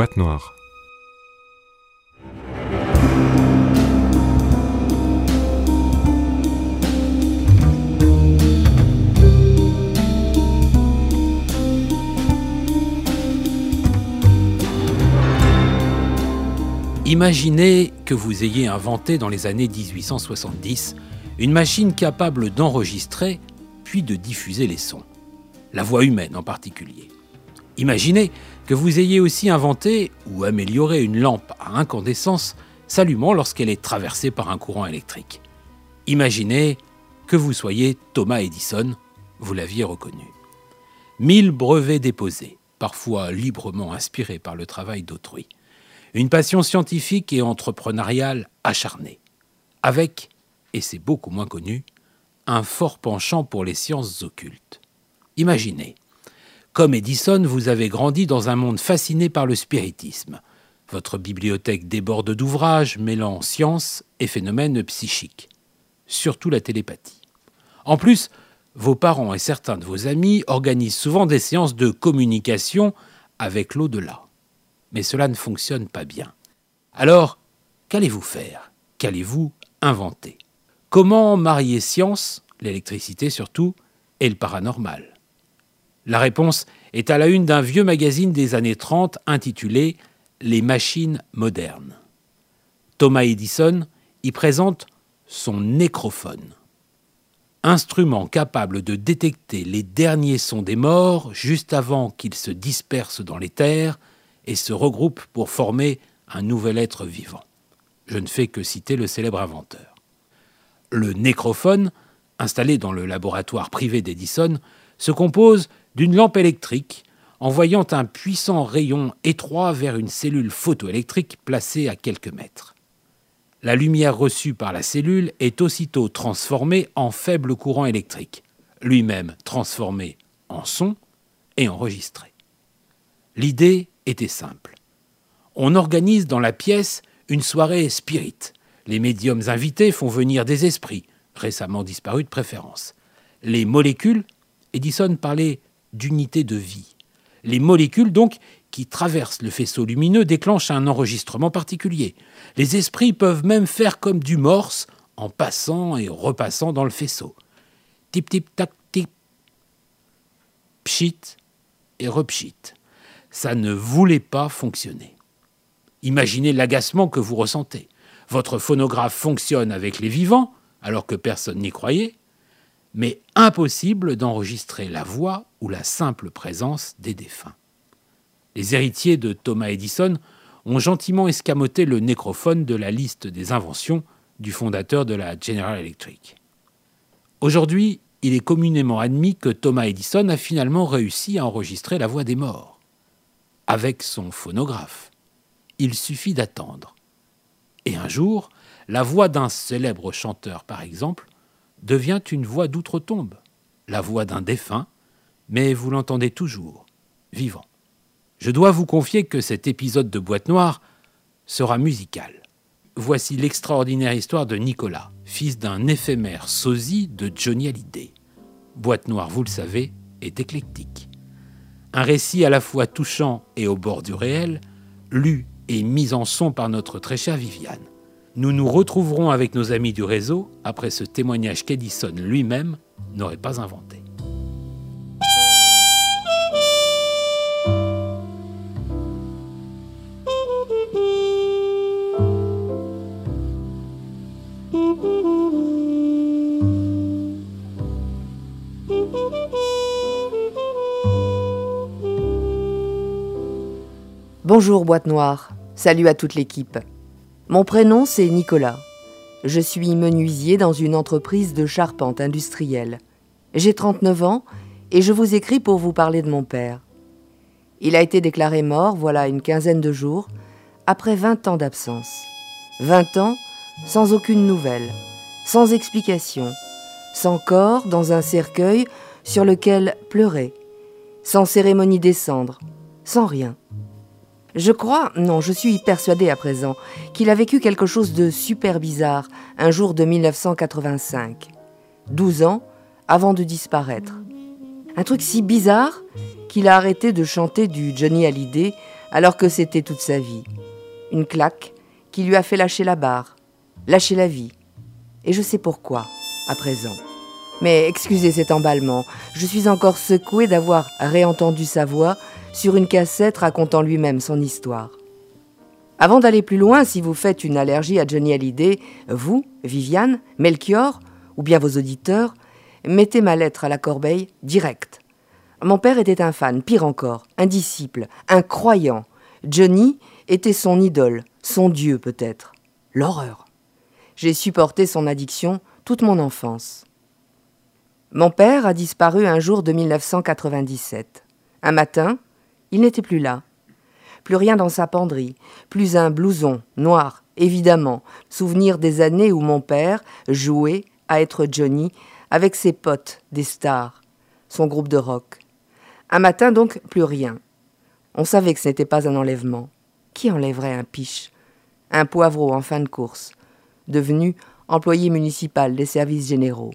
Boîte noire. Imaginez que vous ayez inventé dans les années 1870 une machine capable d'enregistrer puis de diffuser les sons, la voix humaine en particulier. Imaginez que vous ayez aussi inventé ou amélioré une lampe à incandescence s'allumant lorsqu'elle est traversée par un courant électrique. Imaginez que vous soyez Thomas Edison, vous l'aviez reconnu. 1000 brevets déposés, parfois librement inspirés par le travail d'autrui. Une passion scientifique et entrepreneuriale acharnée, avec, et c'est beaucoup moins connu, un fort penchant pour les sciences occultes. Imaginez, comme Edison, vous avez grandi dans un monde fasciné par le spiritisme. Votre bibliothèque déborde d'ouvrages mêlant science et phénomènes psychiques, surtout la télépathie. En plus, vos parents et certains de vos amis organisent souvent des séances de communication avec l'au-delà. Mais cela ne fonctionne pas bien. Alors, qu'allez-vous faire ? Qu'allez-vous inventer ? Comment marier science, l'électricité surtout, et le paranormal ? La réponse est à la une d'un vieux magazine des années 30 intitulé « Les machines modernes ». Thomas Edison y présente son nécrophone. Instrument capable de détecter les derniers sons des morts juste avant qu'ils se dispersent dans l'éther et se regroupent pour former un nouvel être vivant. Je ne fais que citer le célèbre inventeur. Le nécrophone, installé dans le laboratoire privé d'Edison, se compose d'une lampe électrique envoyant un puissant rayon étroit vers une cellule photoélectrique placée à quelques mètres. La lumière reçue par la cellule est aussitôt transformée en faible courant électrique, lui-même transformé en son et enregistré. L'idée était simple. On organise dans la pièce une soirée spirit. Les médiums invités font venir des esprits, récemment disparus de préférence. Les molécules, Edison parlait d'unité de vie. Les molécules, donc, qui traversent le faisceau lumineux, déclenchent un enregistrement particulier. Les esprits peuvent même faire comme du morse en passant et repassant dans le faisceau. Tip, tip, tac, tip. Pchit et repchit. Ça ne voulait pas fonctionner. Imaginez l'agacement que vous ressentez. Votre phonographe fonctionne avec les vivants, alors que personne n'y croyait, mais impossible d'enregistrer la voix ou la simple présence des défunts. Les héritiers de Thomas Edison ont gentiment escamoté le nécrophone de la liste des inventions du fondateur de la General Electric. Aujourd'hui, il est communément admis que Thomas Edison a finalement réussi à enregistrer la voix des morts. Avec son phonographe. Il suffit d'attendre. Et un jour, la voix d'un célèbre chanteur, par exemple, devient une voix d'outre-tombe, la voix d'un défunt, mais vous l'entendez toujours, vivant. Je dois vous confier que cet épisode de Boîte noire sera musical. Voici l'extraordinaire histoire de Nicolas, fils d'un éphémère sosie de Johnny Hallyday. Boîte noire, vous le savez, est éclectique. Un récit à la fois touchant et au bord du réel, lu et mis en son par notre très chère Viviane. Nous nous retrouverons avec nos amis du réseau après ce témoignage qu'Edison lui-même n'aurait pas inventé. Bonjour Boîte noire, salut à toute l'équipe. Mon prénom c'est Nicolas. Je suis menuisier dans une entreprise de charpente industrielle. J'ai 39 ans et je vous écris pour vous parler de mon père. Il a été déclaré mort voilà une quinzaine de jours, après 20 ans d'absence. 20 ans sans aucune nouvelle, sans explication, sans corps dans un cercueil sur lequel pleurer, sans cérémonie des cendres, sans rien. Je suis persuadée à présent qu'il a vécu quelque chose de super bizarre un jour de 1985, 12 ans avant de disparaître. Un truc si bizarre qu'il a arrêté de chanter du Johnny Hallyday alors que c'était toute sa vie. Une claque qui lui a fait lâcher la barre, lâcher la vie. Et je sais pourquoi, à présent. Mais excusez cet emballement, je suis encore secouée d'avoir réentendu sa voix sur une cassette racontant lui-même son histoire. Avant d'aller plus loin, si vous faites une allergie à Johnny Hallyday, vous, Viviane, Melchior, ou bien vos auditeurs, mettez ma lettre à la corbeille direct. Mon père était un fan, pire encore, un disciple, un croyant. Johnny était son idole, son dieu peut-être. L'horreur. J'ai supporté son addiction toute mon enfance. Mon père a disparu un jour de 1997. Un matin, il n'était plus là. Plus rien dans sa penderie, plus un blouson noir, évidemment, souvenir des années où mon père jouait à être Johnny avec ses potes, des stars, son groupe de rock. Un matin donc, plus rien. On savait que ce n'était pas un enlèvement. Qui enlèverait un piche? Un poivreau en fin de course, devenu employé municipal des services généraux.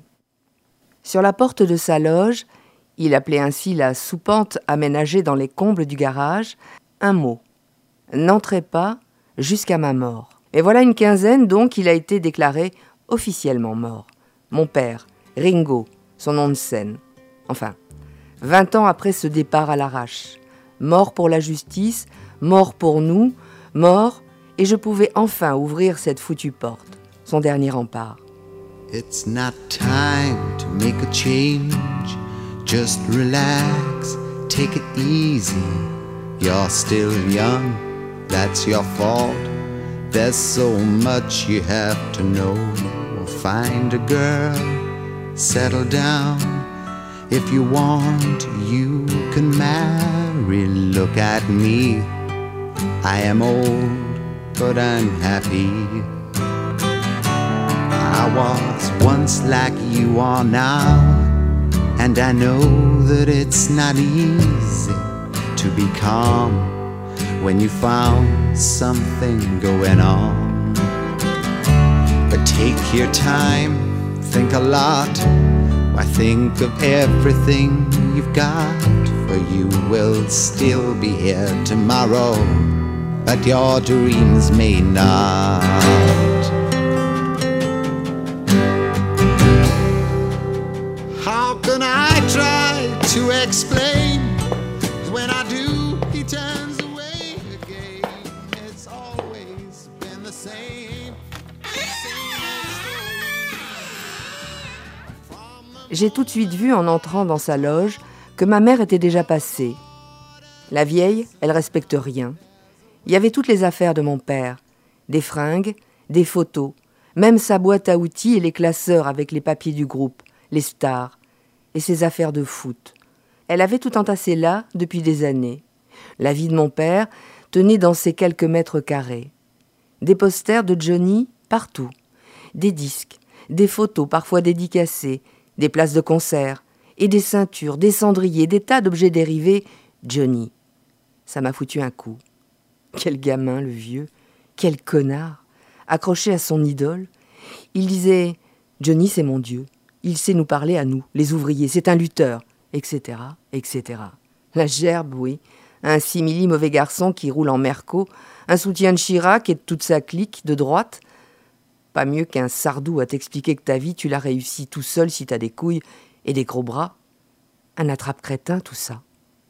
Sur la porte de sa loge, il appelait ainsi la soupente aménagée dans les combles du garage, un mot. N'entrez pas jusqu'à ma mort. Et voilà une quinzaine donc il a été déclaré officiellement mort. Mon père, Ringo, son nom de scène. Enfin, 20 ans après ce départ à l'arrache. Mort pour la justice, mort pour nous, mort, et je pouvais enfin ouvrir cette foutue porte, son dernier rempart. It's not time to make a change. Just relax, take it easy. You're still young, that's your fault. There's so much you have to know. Find a girl, settle down. If you want, you can marry. Look at me, I am old, but I'm happy. I was once like you are now, and I know that it's not easy to be calm when you found something going on. But take your time, think a lot. Why think of everything you've got? For you will still be here tomorrow, but your dreams may not. How can I try to explain? 'Cause when I do, he turns away again. It's always been the same. J'ai tout de suite vu en entrant dans sa loge que ma mère était déjà passée. La vieille, elle respecte rien. Il y avait toutes les affaires de mon père, des fringues, des photos, même sa boîte à outils et les classeurs avec les papiers du groupe, les stars, et ses affaires de foot. Elle avait tout entassé là depuis des années. La vie de mon père tenait dans ces quelques mètres carrés. Des posters de Johnny partout, des disques, des photos parfois dédicacées, des places de concert, et des ceintures, des cendriers, des tas d'objets dérivés. Johnny. Ça m'a foutu un coup. Quel gamin, le vieux. Quel connard. Accroché à son idole. Il disait « Johnny, c'est mon Dieu. Il sait nous parler à nous, les ouvriers. C'est un lutteur. » etc., etc. La gerbe, oui. Un simili mauvais garçon qui roule en Merco. Un soutien de Chirac et de toute sa clique de droite. Pas mieux qu'un Sardou à t'expliquer que ta vie, tu l'as réussi tout seul si t'as des couilles et des gros bras. Un attrape-crétin, tout ça.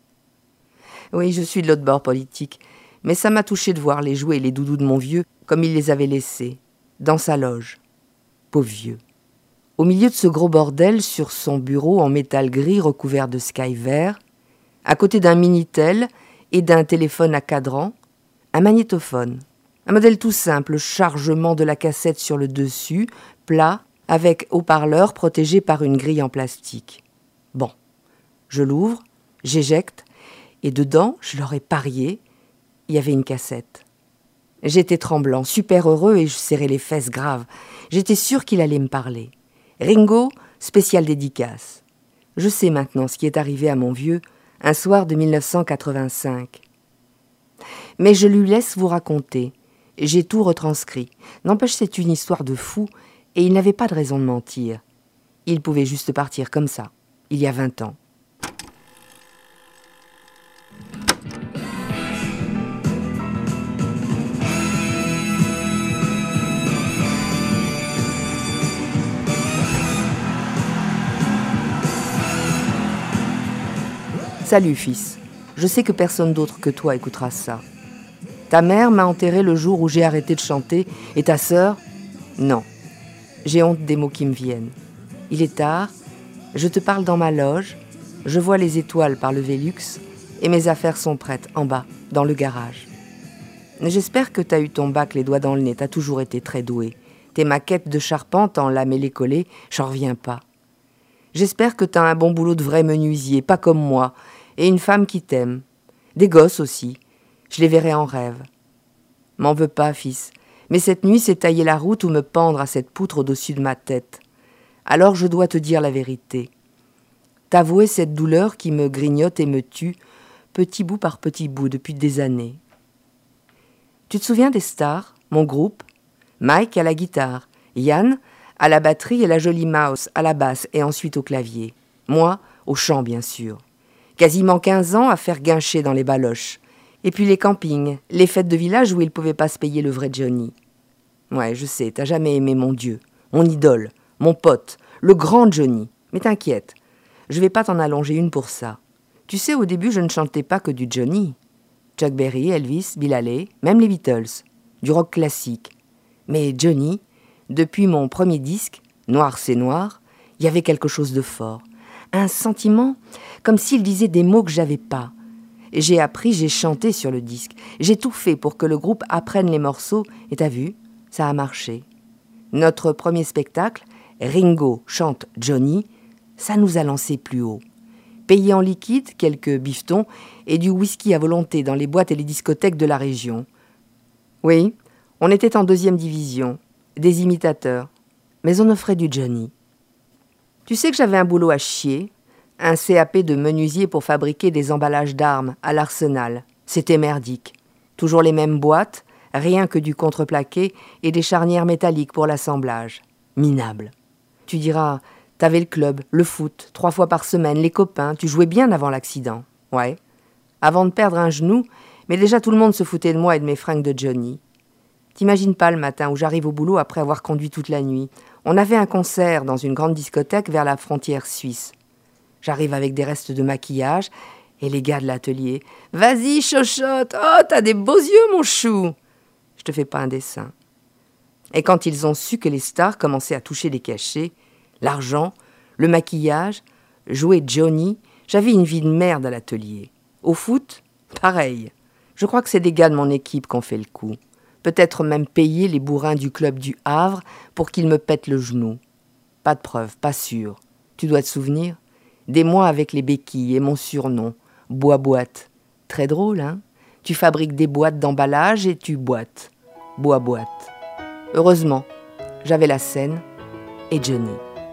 Oui, je suis de l'autre bord politique, mais ça m'a touché de voir les jouets et les doudous de mon vieux comme il les avait laissés, dans sa loge. Pauvre vieux. Au milieu de ce gros bordel, sur son bureau en métal gris recouvert de sky vert, à côté d'un Minitel et d'un téléphone à cadran, un magnétophone. Un modèle tout simple, chargement de la cassette sur le dessus, plat, avec haut-parleur protégé par une grille en plastique. Bon, je l'ouvre, j'éjecte, et dedans, je leur ai parié, il y avait une cassette. J'étais tremblant, super heureux, et je serrais les fesses graves. J'étais sûr qu'il allait me parler. Ringo, spécial dédicace. Je sais maintenant ce qui est arrivé à mon vieux un soir de 1985. Mais je lui laisse vous raconter. J'ai tout retranscrit. N'empêche, c'est une histoire de fou, et il n'avait pas de raison de mentir. Il pouvait juste partir comme ça, il y a 20 ans. Salut, fils. Je sais que personne d'autre que toi écoutera ça. Ta mère m'a enterré le jour où j'ai arrêté de chanter, et ta sœur? Non. J'ai honte des mots qui me viennent. Il est tard, je te parle dans ma loge, je vois les étoiles par le Vélux, et mes affaires sont prêtes, en bas, dans le garage. J'espère que t'as eu ton bac les doigts dans le nez, t'as toujours été très doué. Tes maquettes de charpente en lamellé-collé, j'en reviens pas. J'espère que t'as un bon boulot de vrai menuisier, pas comme moi, et une femme qui t'aime. Des gosses aussi, je les verrai en rêve. M'en veux pas, fils, mais cette nuit c'est tailler la route ou me pendre à cette poutre au-dessus de ma tête. Alors je dois te dire la vérité. T'avouer cette douleur qui me grignote et me tue, petit bout par petit bout, depuis des années. Tu te souviens des stars, mon groupe? Mike à la guitare, Yann à la batterie et la jolie Mouse à la basse et ensuite au clavier. Moi, au chant bien sûr. Quasiment 15 ans à faire guincher dans les baloches. Et puis les campings, les fêtes de village où ils pouvaient pas se payer le vrai Johnny. Ouais, je sais, t'as jamais aimé mon Dieu, mon idole, mon pote, le grand Johnny. Mais t'inquiète, je vais pas t'en allonger une pour ça. Tu sais, au début, je ne chantais pas que du Johnny. Chuck Berry, Elvis, Bill Haley, même les Beatles. Du rock classique. Mais Johnny, depuis mon premier disque, Noir c'est noir, il y avait quelque chose de fort. Un sentiment, comme s'il disait des mots que j'avais pas. J'ai appris, j'ai chanté sur le disque. J'ai tout fait pour que le groupe apprenne les morceaux. Et t'as vu, ça a marché. Notre premier spectacle, Ringo chante Johnny, ça nous a lancé plus haut. Payé en liquide, quelques bifetons et du whisky à volonté dans les boîtes et les discothèques de la région. Oui, on était en 2e division, des imitateurs, mais on offrait du Johnny. Tu sais que j'avais un boulot à chier, un CAP de menuisier pour fabriquer des emballages d'armes à l'Arsenal. C'était merdique. Toujours les mêmes boîtes, rien que du contreplaqué et des charnières métalliques pour l'assemblage. Minable. Tu diras, t'avais le club, le foot, 3 fois par semaine, les copains, tu jouais bien avant l'accident. Ouais. Avant de perdre un genou, mais déjà tout le monde se foutait de moi et de mes fringues de Johnny. T'imagines pas le matin où j'arrive au boulot après avoir conduit toute la nuit. On avait un concert dans une grande discothèque vers la frontière suisse. J'arrive avec des restes de maquillage et les gars de l'atelier. « Vas-y, chochotte, oh, t'as des beaux yeux, mon chou !» Je te fais pas un dessin. Et quand ils ont su que les stars commençaient à toucher les cachets, l'argent, le maquillage, jouer Johnny, j'avais une vie de merde à l'atelier. Au foot, pareil. Je crois que c'est des gars de mon équipe qui ont fait le coup. Peut-être même payer les bourrins du club du Havre pour qu'ils me pètent le genou. Pas de preuve, pas sûr. Tu dois te souvenir? Des mois avec les béquilles et mon surnom, Bois-Boîte. Très drôle, hein? Tu fabriques des boîtes d'emballage et tu boites. Bois-Boîte. Heureusement, j'avais la scène et Johnny.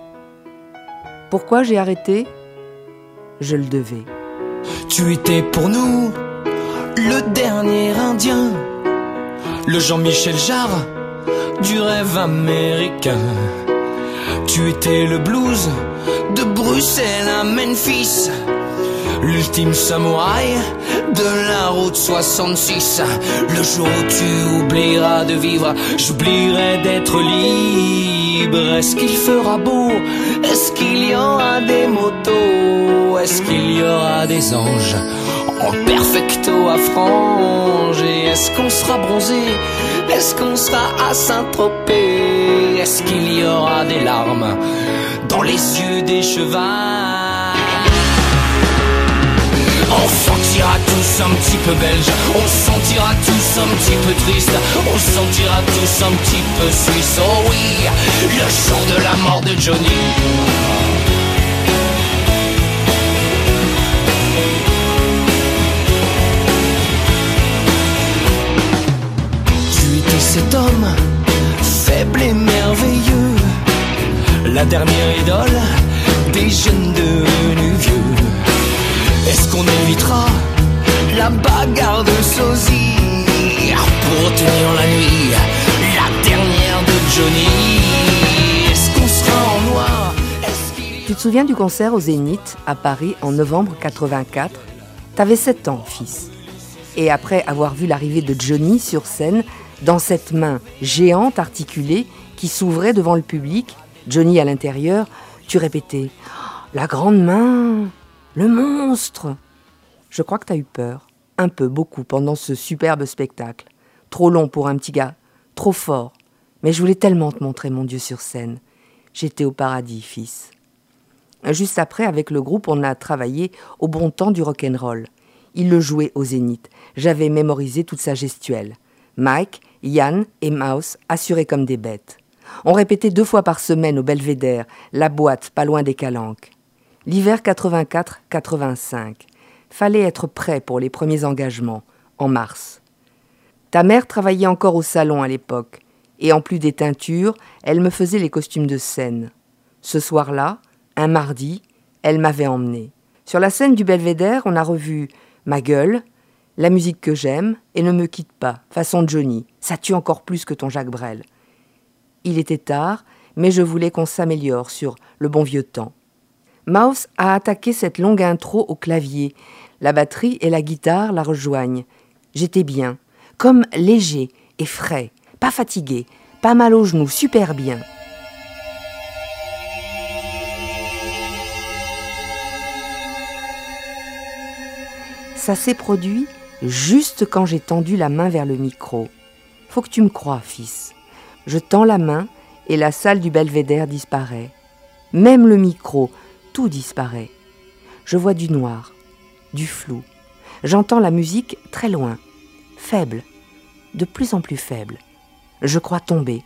Pourquoi j'ai arrêté? Je le devais. Tu étais pour nous le dernier Indien, le Jean-Michel Jarre du rêve américain. Tu étais le blues de Bruxelles à Memphis, l'ultime samouraï de la route 66. Le jour où tu oublieras de vivre, j'oublierai d'être libre. Est-ce qu'il fera beau? Est-ce qu'il y aura des motos? Est-ce qu'il y aura des anges en perfecto à franges? Et est-ce qu'on sera bronzé? Est-ce qu'on sera à Saint-Tropez? Est-ce qu'il y aura des larmes dans les yeux des chevals? On se sentira tous un petit peu belges, on se sentira tous un petit peu tristes, on se sentira tous un petit peu suisses. Oh oui, le jour de la mort de Johnny. Tu étais cet homme faible et merveilleux, la dernière idole des jeunes devenus vieux. Est-ce qu'on évitera la bagarre de sosie pour tenir la nuit, la dernière de Johnny? Est-ce qu'on sera en noir? Tu te souviens du concert au Zénith à Paris en novembre 84? T'avais 7 ans, fils. Et après avoir vu l'arrivée de Johnny sur scène, dans cette main géante articulée qui s'ouvrait devant le public, Johnny à l'intérieur, tu répétais « La grande main !» Le monstre. Je crois que t'as eu peur. Un peu, beaucoup, pendant ce superbe spectacle. Trop long pour un petit gars, trop fort. Mais je voulais tellement te montrer mon Dieu sur scène. J'étais au paradis, fils. Juste après, avec le groupe, on a travaillé au bon temps du rock'n'roll. Il le jouait au Zénith. J'avais mémorisé toute sa gestuelle. Mike, Yann et Mouse assuraient comme des bêtes. On répétait 2 fois par semaine au Belvédère, la boîte pas loin des Calanques. L'hiver 84-85. Fallait être prêt pour les premiers engagements, en mars. Ta mère travaillait encore au salon à l'époque, et en plus des teintures, elle me faisait les costumes de scène. Ce soir-là, un mardi, elle m'avait emmené. Sur la scène du Belvédère, on a revu Ma gueule, La musique que j'aime et Ne me quitte pas, façon Johnny. Ça tue encore plus que ton Jacques Brel. Il était tard, mais je voulais qu'on s'améliore sur le bon vieux temps. Mouse a attaqué cette longue intro au clavier. La batterie et la guitare la rejoignent. J'étais bien, comme léger et frais, pas fatigué, pas mal aux genoux, super bien. Ça s'est produit juste quand j'ai tendu la main vers le micro. Faut que tu me crois, fils. Je tends la main et la salle du Belvédère disparaît. Même le micro, tout disparaît. Je vois du noir, du flou. J'entends la musique très loin, faible, de plus en plus faible. Je crois tomber.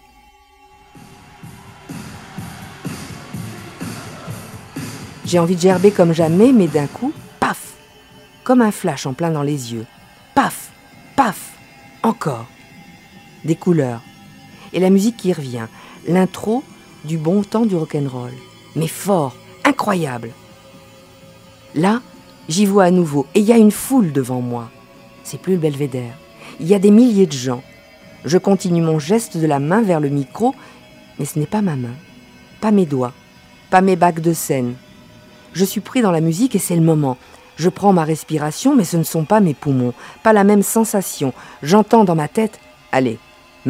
J'ai envie de gerber comme jamais, mais d'un coup, paf, comme un flash en plein dans les yeux. Paf, paf, encore. Des couleurs. Et la musique qui revient, l'intro du bon temps du rock'n'roll. Mais fort, incroyable. Là, j'y vois à nouveau, et il y a une foule devant moi. C'est plus le Belvédère. Il y a des milliers de gens. Je continue mon geste de la main vers le micro, mais ce n'est pas ma main, pas mes doigts, pas mes bacs de scène. Je suis pris dans la musique et c'est le moment. Je prends ma respiration, mais ce ne sont pas mes poumons, pas la même sensation. J'entends dans ma tête « Allez, maintenant !»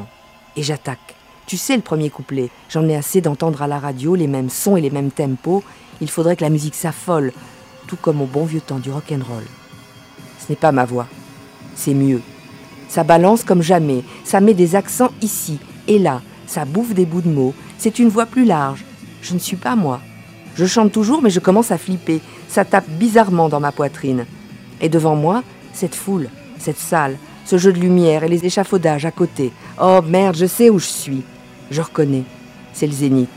Et j'attaque. Tu sais le premier couplet, j'en ai assez d'entendre à la radio les mêmes sons et les mêmes tempos. Il faudrait que la musique s'affole, tout comme au bon vieux temps du rock'n'roll. Ce n'est pas ma voix, c'est mieux. Ça balance comme jamais, ça met des accents ici et là, ça bouffe des bouts de mots. C'est une voix plus large. Je ne suis pas moi. Je chante toujours, mais je commence à flipper. Ça tape bizarrement dans ma poitrine. Et devant moi, cette foule, cette salle, ce jeu de lumière et les échafaudages à côté. Oh merde, je sais où je suis. Je reconnais, c'est le Zénith.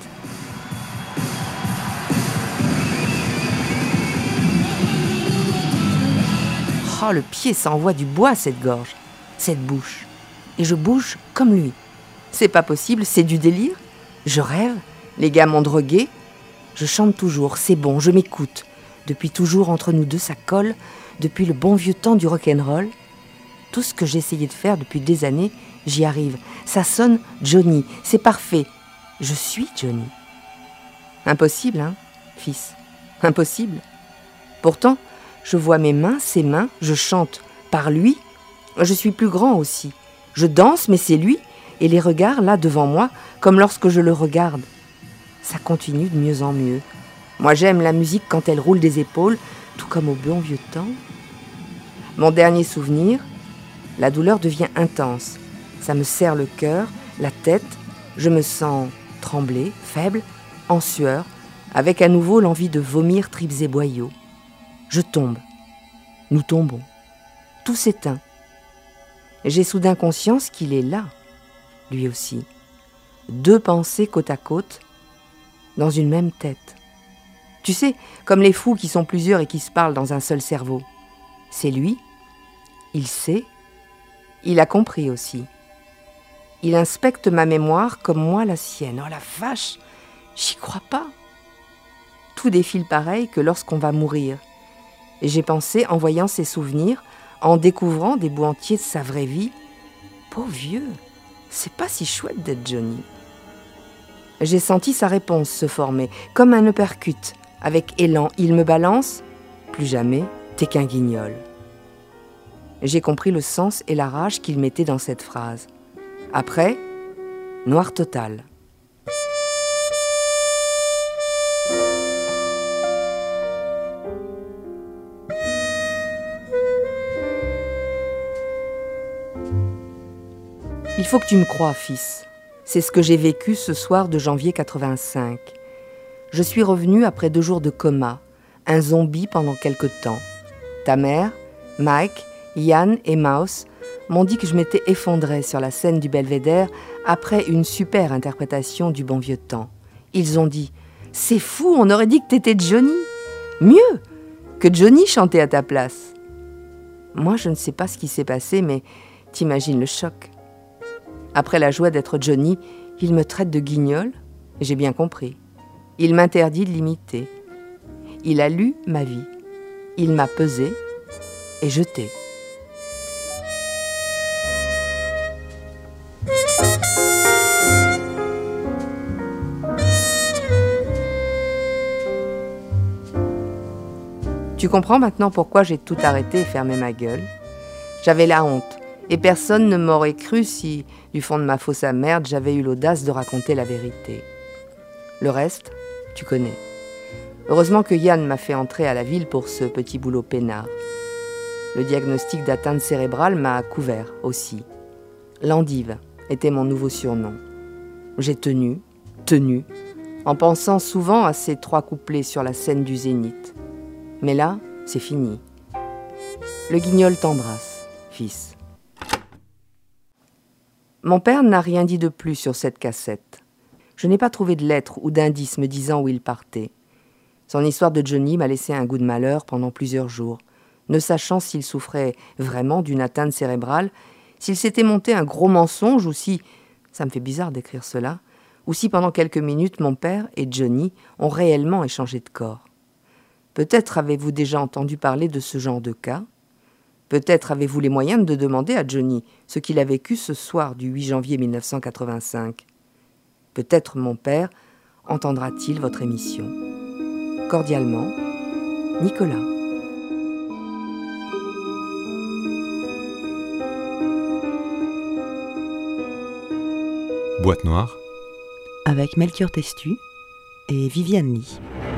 Oh, le pied, ça envoie du bois, cette gorge, cette bouche. Et je bouge comme lui. C'est pas possible, c'est du délire. Je rêve, les gars m'ont drogué. Je chante toujours, c'est bon, je m'écoute. Depuis toujours, entre nous deux, ça colle. Depuis le bon vieux temps du rock'n'roll. Tout ce que j'ai essayé de faire depuis des années, j'y arrive. Ça sonne Johnny, c'est parfait. Je suis Johnny. Impossible, hein, fils. Impossible. Pourtant, je vois mes mains, ses mains, je chante par lui. Je suis plus grand aussi. Je danse, mais c'est lui. Et les regards, là, devant moi, comme lorsque je le regarde. Ça continue de mieux en mieux. Moi, j'aime la musique quand elle roule des épaules, tout comme au bon vieux temps. Mon dernier souvenir, la douleur devient intense. Ça me serre le cœur, la tête. Je me sens trembler, faible, en sueur, avec à nouveau l'envie de vomir tripes et boyaux. Je tombe. Nous tombons. Tout s'éteint. J'ai soudain conscience qu'il est là, lui aussi. 2 pensées côte à côte, dans une même tête. Tu sais, comme les fous qui sont plusieurs et qui se parlent dans un seul cerveau. C'est lui, il sait, il a compris aussi. Il inspecte ma mémoire comme moi la sienne. Oh la vache, j'y crois pas. Tout défile pareil que lorsqu'on va mourir. Et j'ai pensé, en voyant ses souvenirs, en découvrant des bouts entiers de sa vraie vie, pauvre vieux, c'est pas si chouette d'être Johnny. J'ai senti sa réponse se former, comme un uppercut. Avec élan, il me balance, plus jamais, t'es qu'un guignol. J'ai compris le sens et la rage qu'il mettait dans cette phrase. Après, noir total. Il faut que tu me croies, fils. C'est ce que j'ai vécu ce soir de janvier 85. Je suis revenue après 2 jours de coma, un zombie pendant quelque temps. Ta mère, Mike, Yann et Mouse m'ont dit que je m'étais effondrée sur la scène du Belvédère après une super interprétation du bon vieux temps. Ils ont dit « C'est fou, on aurait dit que t'étais Johnny !» Mieux, que Johnny chantait à ta place. Moi, je ne sais pas ce qui s'est passé, mais t'imagines le choc. Après la joie d'être Johnny, il me traite de guignol, et j'ai bien compris. Il m'interdit de l'imiter. Il a lu ma vie. Il m'a pesé et jeté. Tu comprends maintenant pourquoi j'ai tout arrêté et fermé ma gueule? J'avais la honte, et personne ne m'aurait cru si, du fond de ma fosse à merde, j'avais eu l'audace de raconter la vérité. Le reste, tu connais. Heureusement que Yann m'a fait entrer à la ville pour ce petit boulot peinard. Le diagnostic d'atteinte cérébrale m'a couvert aussi. L'endive était mon nouveau surnom. J'ai tenu, en pensant souvent à ces 3 couplets sur la scène du Zénith. Mais là, c'est fini. Le guignol t'embrasse, fils. Mon père n'a rien dit de plus sur cette cassette. Je n'ai pas trouvé de lettres ou d'indices me disant où il partait. Son histoire de Johnny m'a laissé un goût de malheur pendant plusieurs jours, ne sachant s'il souffrait vraiment d'une atteinte cérébrale, s'il s'était monté un gros mensonge ou si, ça me fait bizarre d'écrire cela, ou si pendant quelques minutes mon père et Johnny ont réellement échangé de corps. Peut-être avez-vous déjà entendu parler de ce genre de cas. Peut-être avez-vous les moyens de demander à Johnny ce qu'il a vécu ce soir du 8 janvier 1985. Peut-être mon père entendra-t-il votre émission. Cordialement, Nicolas. Boîte noire. Avec Melchior Testu et Viviane Lee.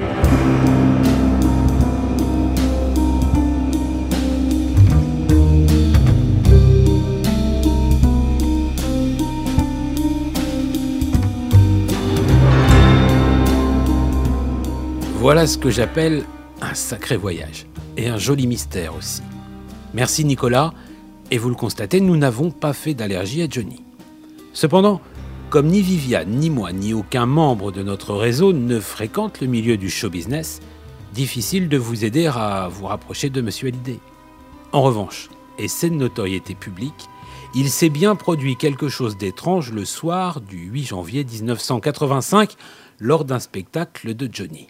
Voilà ce que j'appelle un sacré voyage, et un joli mystère aussi. Merci Nicolas, et vous le constatez, nous n'avons pas fait d'allergie à Johnny. Cependant, comme ni Viviane, ni moi, ni aucun membre de notre réseau ne fréquente le milieu du show business, difficile de vous aider à vous rapprocher de Monsieur Hallyday. En revanche, et c'est de notoriété publique, il s'est bien produit quelque chose d'étrange le soir du 8 janvier 1985 lors d'un spectacle de Johnny.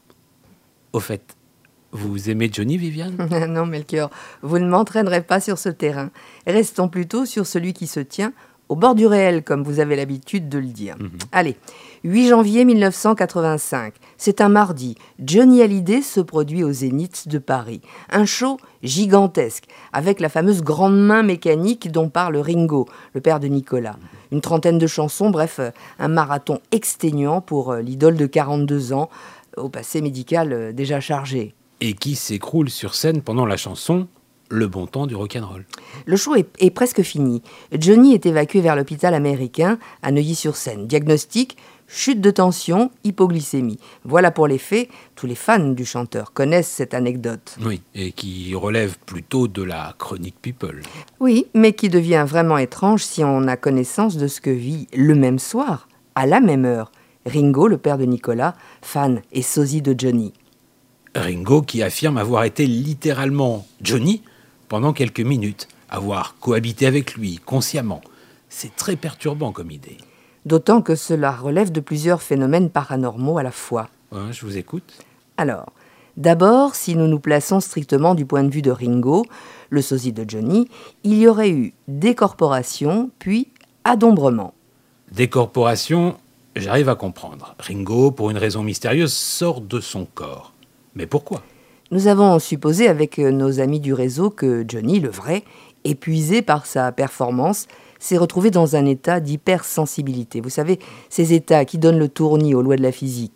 Au fait, vous aimez Johnny, Viviane ? Non, Melchior, vous ne m'entraînerez pas sur ce terrain. Restons plutôt sur celui qui se tient au bord du réel, comme vous avez l'habitude de le dire. Allez, 8 janvier 1985, c'est un mardi. Johnny Hallyday se produit au Zénith de Paris. Un show gigantesque, avec la fameuse grande main mécanique dont parle Ringo, le père de Nicolas. Une 30aine de chansons, bref, un marathon exténuant pour l'idole de 42 ans, au passé médical déjà chargé. Et qui s'écroule sur scène pendant la chanson « Le bon temps du rock'n'roll ». Le show est presque fini. Johnny est évacué vers l'hôpital américain à Neuilly-sur-Seine. Diagnostic, chute de tension, hypoglycémie. Voilà pour les faits. Tous les fans du chanteur connaissent cette anecdote. Oui, et qui relève plutôt de la chronique people. Oui, mais qui devient vraiment étrange si on a connaissance de ce que vit le même soir, à la même heure, Ringo, le père de Nicolas, fan et sosie de Johnny. Ringo qui affirme avoir été littéralement Johnny pendant quelques minutes, avoir cohabité avec lui consciemment. C'est très perturbant comme idée. D'autant que cela relève de plusieurs phénomènes paranormaux à la fois. Ouais, je vous écoute. Alors, d'abord, si nous nous plaçons strictement du point de vue de Ringo, le sosie de Johnny, il y aurait eu décorporation, puis adombrement. Décorporation, j'arrive à comprendre. Ringo, pour une raison mystérieuse, sort de son corps. Mais pourquoi ? Nous avons supposé avec nos amis du réseau que Johnny, le vrai, épuisé par sa performance, s'est retrouvé dans un état d'hypersensibilité. Vous savez, ces états qui donnent le tournis aux lois de la physique.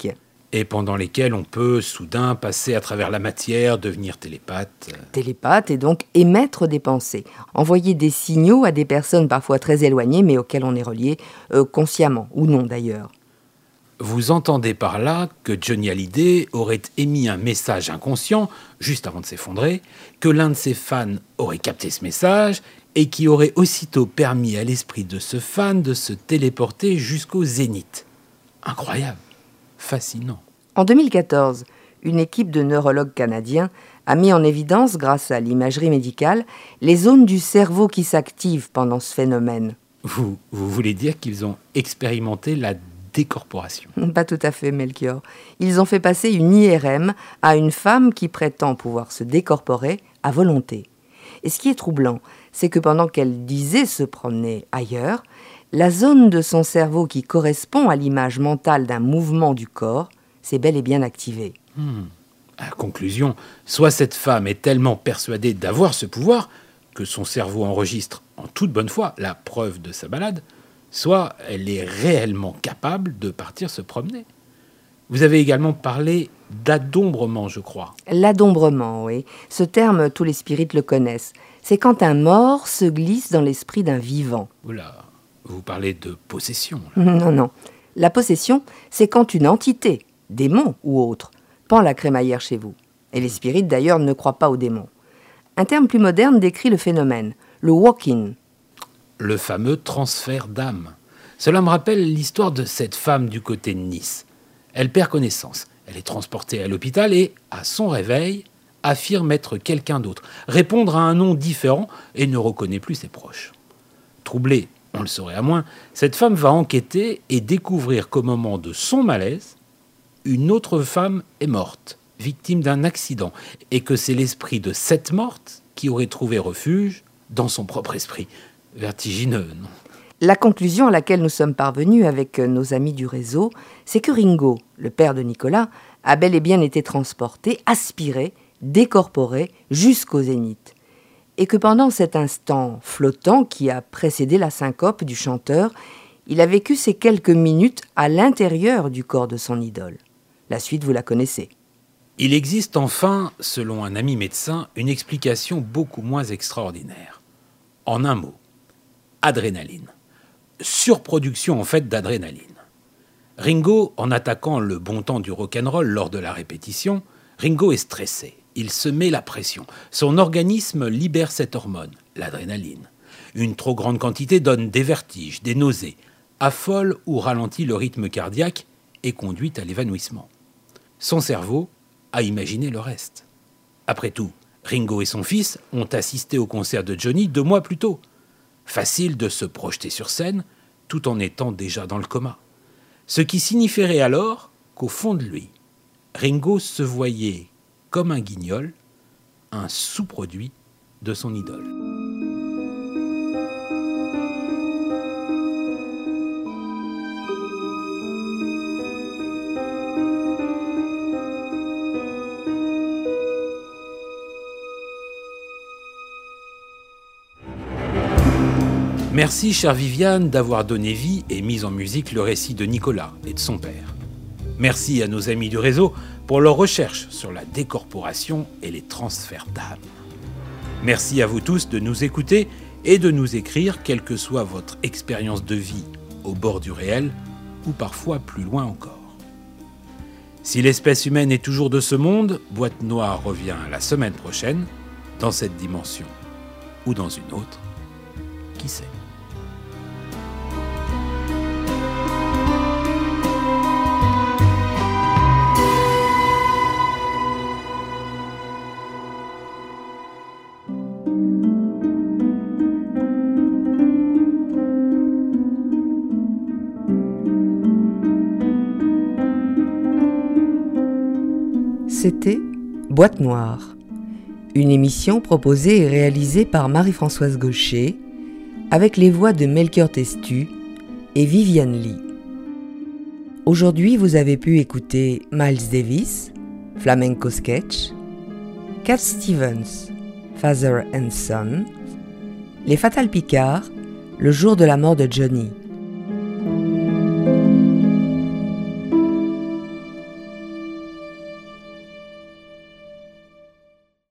Et pendant lesquels on peut soudain passer à travers la matière, devenir télépathe. Télépathe et donc émettre des pensées, envoyer des signaux à des personnes parfois très éloignées mais auxquelles on est relié consciemment ou non d'ailleurs. Vous entendez par là que Johnny Hallyday aurait émis un message inconscient, juste avant de s'effondrer, que l'un de ses fans aurait capté ce message et qui aurait aussitôt permis à l'esprit de ce fan de se téléporter jusqu'au zénith. Incroyable, fascinant. En 2014, une équipe de neurologues canadiens a mis en évidence, grâce à l'imagerie médicale, les zones du cerveau qui s'activent pendant ce phénomène. Vous voulez dire qu'ils ont expérimenté la décorporation? Pas tout à fait, Melchior. Ils ont fait passer une IRM à une femme qui prétend pouvoir se décorporer à volonté. Et ce qui est troublant, c'est que pendant qu'elle disait se promener ailleurs, la zone de son cerveau qui correspond à l'image mentale d'un mouvement du corps s'est bel et bien activée. À conclusion, soit cette femme est tellement persuadée d'avoir ce pouvoir que son cerveau enregistre en toute bonne foi la preuve de sa balade, soit elle est réellement capable de partir se promener. Vous avez également parlé d'adombrement, je crois. L'adombrement, oui. Ce terme, tous les spirites le connaissent. C'est quand un mort se glisse dans l'esprit d'un vivant. Oula, vous parlez de possession, là. Non. La possession, c'est quand une entité, démon ou autre, pend la crémaillère chez vous. Et les spirites, d'ailleurs, ne croient pas aux démons. Un terme plus moderne décrit le phénomène, le walk-in. Le fameux transfert d'âme. Cela me rappelle l'histoire de cette femme du côté de Nice. Elle perd connaissance. Elle est transportée à l'hôpital et, à son réveil, affirme être quelqu'un d'autre, répondre à un nom différent et ne reconnaît plus ses proches. Troublée, on le saurait à moins, cette femme va enquêter et découvrir qu'au moment de son malaise, une autre femme est morte, victime d'un accident, et que c'est l'esprit de cette morte qui aurait trouvé refuge dans son propre esprit. Vertigineux, non ? La conclusion à laquelle nous sommes parvenus avec nos amis du réseau, c'est que Ringo, le père de Nicolas, a bel et bien été transporté, aspiré, décorporé jusqu'au zénith. Et que pendant cet instant flottant qui a précédé la syncope du chanteur, il a vécu ces quelques minutes à l'intérieur du corps de son idole. La suite, vous la connaissez. Il existe enfin, selon un ami médecin, une explication beaucoup moins extraordinaire. En un mot, adrénaline. Surproduction en fait d'adrénaline. Ringo, en attaquant le bon temps du rock'n'roll lors de la répétition, Ringo est stressé. Il se met la pression. Son organisme libère cette hormone, l'adrénaline. Une trop grande quantité donne des vertiges, des nausées, affole ou ralentit le rythme cardiaque et conduit à l'évanouissement. Son cerveau a imaginé le reste. Après tout, Ringo et son fils ont assisté au concert de Johnny 2 mois plus tôt. Facile de se projeter sur scène tout en étant déjà dans le coma. Ce qui signifierait alors qu'au fond de lui, Ringo se voyait comme un guignol, un sous-produit de son idole. Merci, chère Viviane, d'avoir donné vie et mis en musique le récit de Nicolas et de son père. Merci à nos amis du réseau pour leurs recherches sur la décorporation et les transferts d'âme. Merci à vous tous de nous écouter et de nous écrire, quelle que soit votre expérience de vie au bord du réel ou parfois plus loin encore. Si l'espèce humaine est toujours de ce monde, Boîte Noire revient la semaine prochaine, dans cette dimension ou dans une autre, qui sait ? C'était Boîte Noire, une émission proposée et réalisée par Marie-Françoise Gaucher, avec les voix de Melchior Testu et Viviane Lee. Aujourd'hui, vous avez pu écouter Miles Davis, Flamenco Sketch, Cat Stevens, Father and Son, Les Fatal Picard, Le jour de la mort de Johnny,